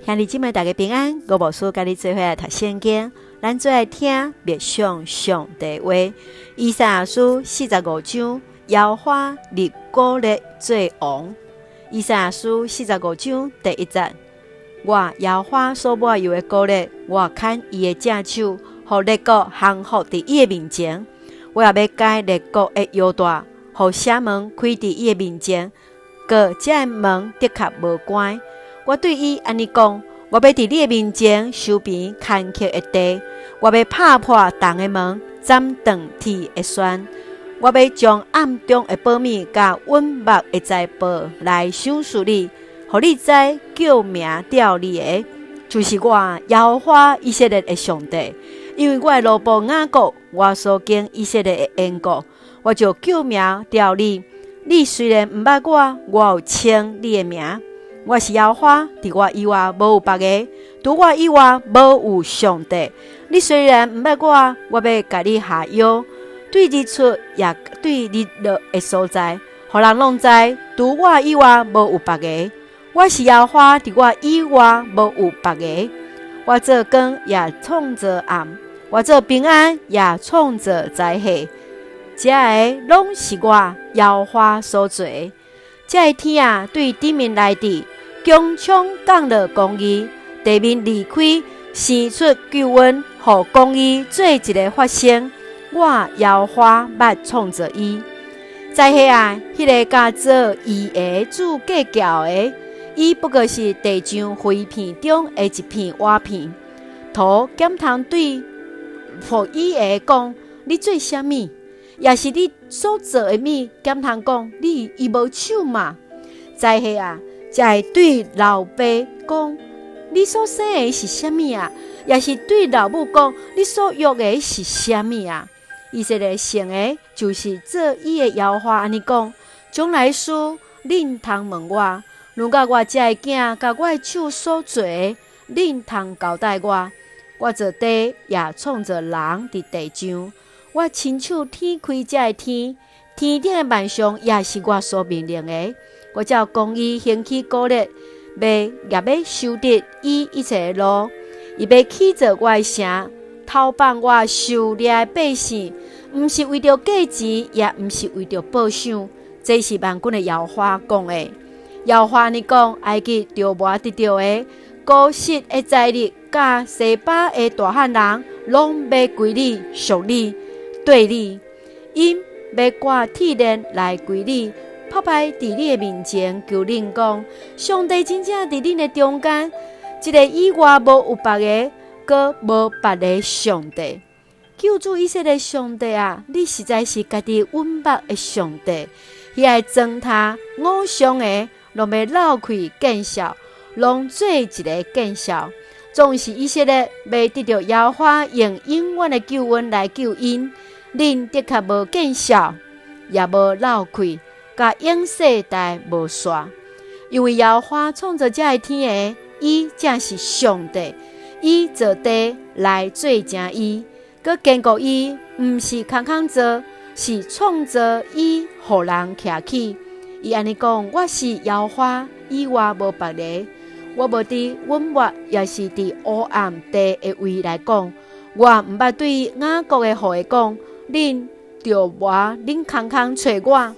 兄弟姊妹大家平安，我无事甲你做伙来读圣经，咱做来听默想上帝话。以赛亚书45章，耶和华立古列做王。以赛亚书45章第1节，我耶和华所抹油的古列，我牵伊的正手，互列国降服伫伊的面前。我也要解列国的腰带，互城门开伫伊的面前。个这门的确无关。我对伊安尼讲：我要伫你的面前收平坎坷的地，我要拍破重的门，斩断铁的栓。我要将暗中的保密甲稳目的财宝来赏赐你，互你知救命吊你的，就是我耶和华以色列的上帝。因为我的路步雅各，我所经以色列的缘故，我就救命吊你。你虽然毋捌我，我有称你的名。我是耶和华，伫我以外无有别个，除我以外无有上帝。你虽然毋捌我，我要甲你下药，对日出也对日落的所在，互人拢知，除我以外无有别个。我是耶和华，伫我以外无有别个。我做光也创造暗，我做平安也创造灾祸。这个拢是我耶和华所做。这个天啊，对地面来滴，强冲降落公义，地面离开，生出救恩，互公义做一个发生。我耶和华捌创造伊。灾祸啊，迄个甲做伊的主计较的，伊不过是地上灰片中的一片瓦片。土检通对互伊的讲：你做啥物？也是你所做的物，检通讲你伊无手嘛。灾祸啊，才会对老爸讲：你所生的是啥物啊？也是对老母讲：你所育的是啥物啊？以色列成的，就是做伊的耶和华安尼讲：将来事恁通问我，如果我这个囝甲我的手所做的，恁通交代我。我做地也创造人伫地上。我亲手天开这个天，天顶的万象也是我所命令的。我照公义兴起古列，也要修直伊一切的路。伊要起造我的城，投放我受掠的百姓，毋是为着价钱，也毋是为着报赏。这是万军的耶和华讲的。耶和华你讲，埃及着我得到的，古实的财力，甲西巴的大汉人，拢要归你，属你。对你，因要挂铁链来归你，拍拍伫你的面前，求恁讲：上帝真正伫恁的中间，一个以外无有别个，阁无别个上帝。救主以色列上帝啊，你实在是家己稳目的上帝。遐个糟蹋偶像的，拢要绕开见笑，拢做一个见笑。总是以色列要得到耶和华用永远的救恩来救因。恁的确无见笑，也无闹开，甲永世代无煞。因为耶和华创造这个天的，伊正是上帝，伊造地来做正伊，佮坚固伊，毋是空空做，是创造伊，互人徛起。伊安尼讲：我是耶和华，以外无别个。我无伫稳默，也是伫黑暗地的位来讲，我毋捌对雅各的后裔讲。恁着我，恁空空找我。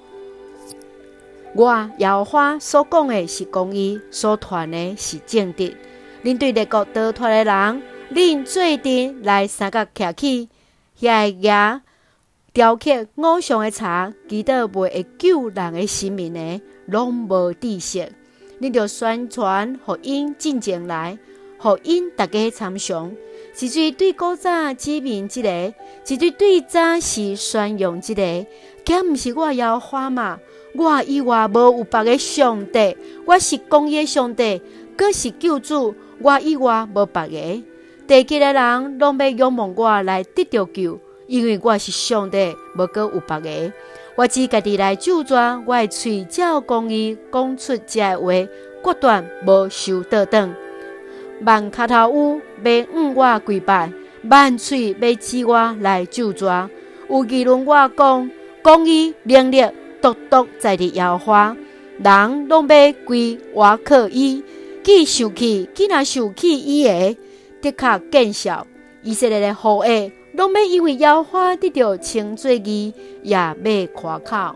我耶和华所讲的是公义，所传的是正直。恁对列国逃脱的人，恁做阵来三角徛起，遐个牙雕刻偶像的茶，祈祷袂会救人的性命的，拢无知识。恁着宣传，互因进前来，互因大家参详。一嘴对古早指明一个，一嘴对早时宣扬一个，敢毋是我耶和华嘛？我以外无有别个上帝，我是公义的上帝，阁是救主，我以外无别个。地极的人拢要仰望我来得到救，因为我是上帝，无阁有别个。我只家己来救助，我的喙照公义讲出这话，决断无受倒转。万脚头有要向我跪拜，万喙要指我来救助。有议论我讲，公义能力独独在伫耶和华，人拢要跪我靠伊， 既受气，既若受气以下，的确见效。以色列的后裔拢要因为耶和华得到称作义，也要夸口。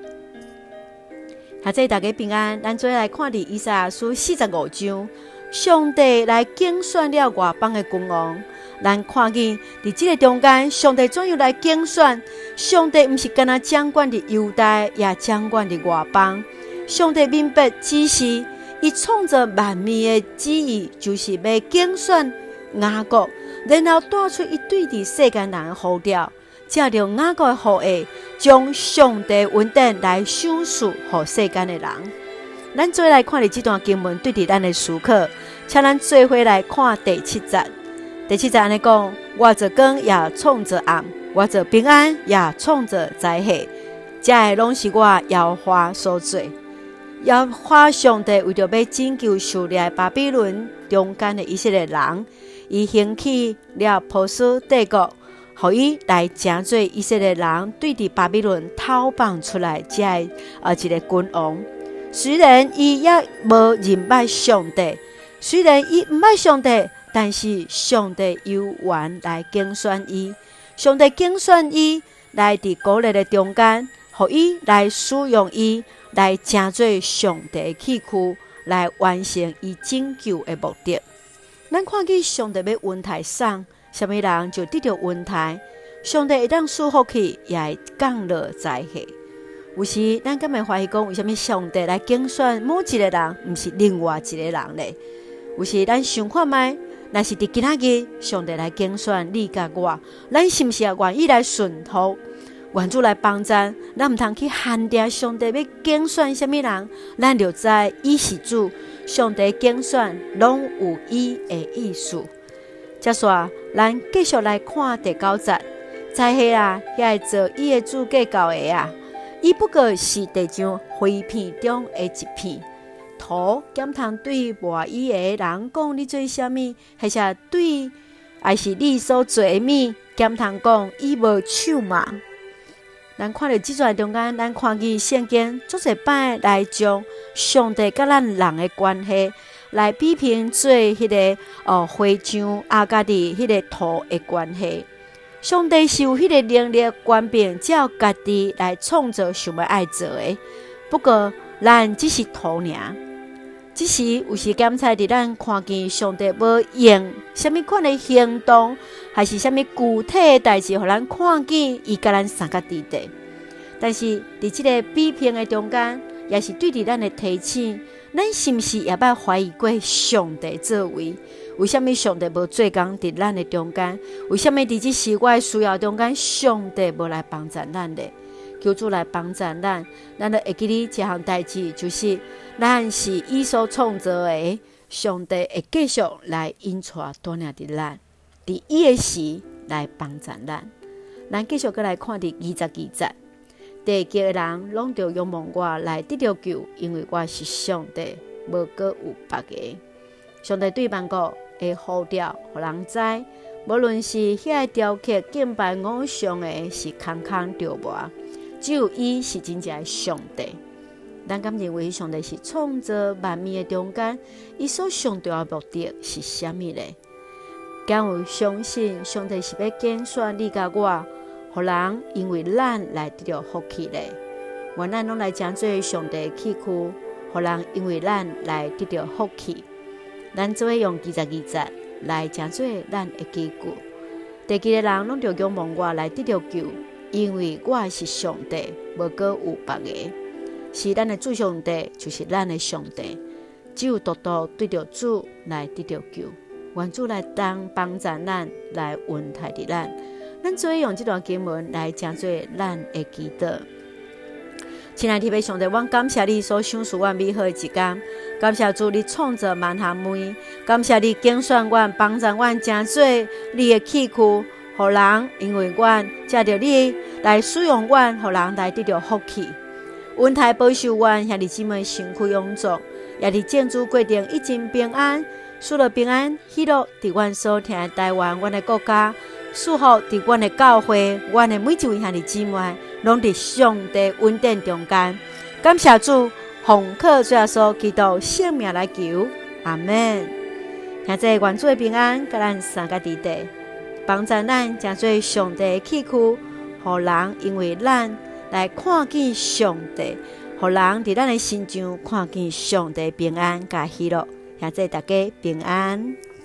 下载大家平安，咱做来看伫以赛亚书45章，上帝来竞选了外邦的君王。咱看见伫这个中间，上帝怎样来竞选？上帝不是干那掌管伫犹大，也掌管伫外邦。上帝明白指示，伊创造万物的旨意，就是要竞选雅各，然后带出伊对伫世间人的呼召，借着雅各的后裔，将上帝恩典来赏赐予世间的人。咱做来看伫这段经文对伫咱的思考，请咱做伙来看第7节。第7节安尼讲：我做光也创造暗，我做平安也创造灾祸，这个拢是我耶和华所做。耶和华上帝为着要拯救受掠巴比伦中间的以色列人，伊兴起了波斯帝国，予伊来成做以色列人对伫巴比伦讨放出来这一个君王。虽然伊也无认捌上帝，虽然伊毋捌上帝，但是上帝有缘来竞选伊，上帝竞选伊来伫古列的中间，予伊来使用伊，来成做上帝的器具，来完成伊拯救的目的。咱看见上帝要恩待送，什么人就得到恩待。上帝会当赐福气，也会降落灾祸。有时咱敢会怀疑讲，为什么上帝来竞选某一个人，毋是另外一个人呢？有时咱想看卖，若是伫今仔日，上帝来竞选你甲我，咱是毋是也愿意来顺服？愿主来帮助，咱毋通去限定上帝要竞选什么人，咱就知伊是主。上帝竞选拢有伊的意思。接续，咱继续来看第9节。灾祸啊，遐会做伊的主计较的啊，伊不过是地上灰片中的一片。土减通对无伊的人讲你做啥物，还是对，还是你所做的物，减通讲伊无手嘛。咱看到这段中间，咱看见圣经足侪摆来将上帝甲咱人的关系来比拼做迄个花匠甲伫迄个土的关系。上帝是有迄个能力权柄，只要家己来创造想要爱做的。不过咱只是土尔。只是有时检查伫咱看见上帝要用什么款的行动，还是什么具体的代志，互咱看见伊甲咱三角地带。但是伫这个比拼的中间，也是对伫咱的提醒，咱是毋是也捌怀疑过上帝作为？为什么上帝无做工伫咱的中间？为什么伫这时我的需要中间，上帝无来帮助咱呢？求主来帮助咱，咱就会记哩一项代志，就是咱是伊所创造的，上帝会继续来引带带领伫咱，伫伊的时来帮助咱。咱继续过来看伫22节，地极的人拢着仰望我来得到救，因为我是上帝，无阁有别个。上帝对万国的呼召，互人知，无论是遐雕刻敬拜偶像的，是空空着磨。只有伊是真正的上帝。咱敢认为上帝是创造万物的中间，伊所上重要的目的是啥物呢？敢有相信上帝是要拣选你甲我，互人因为咱来得到福气呢？愿咱拢来成做上帝的器具，互人因为咱来得到福气。咱做用22节来成做咱的基础。地基的人拢着仰望我来得到救。因为我是上帝，无阁有别个，是咱的主上帝，就是咱的上帝。只有独独对着主来得到救，愿主来帮助咱，来恩待伫咱。咱做用这段经文来成做咱的祈祷。亲爱的天父上帝，我感谢你所赏赐我美好的一天，感谢主你创造万行门，感谢你拣选我，帮助我成做你的器具。互人因为阮借着你来使用阮，互人来得到福气，恩待保守阮兄弟姊妹身躯永驻，也伫建筑过程一直平安，赐了平安喜乐伫阮所听的台湾，阮的国家，赐福伫阮的教会，阮的每一位兄弟姊妹，拢伫上帝恩典中间。感谢主，奉靠主耶稣基督圣名来求， 阿们。现在愿主的平安，甲咱三个弟弟，帮助咱成做上帝的器具，互人因为咱来看见上帝，互人伫咱的心上看见上帝平安甲喜乐。现在大家平安。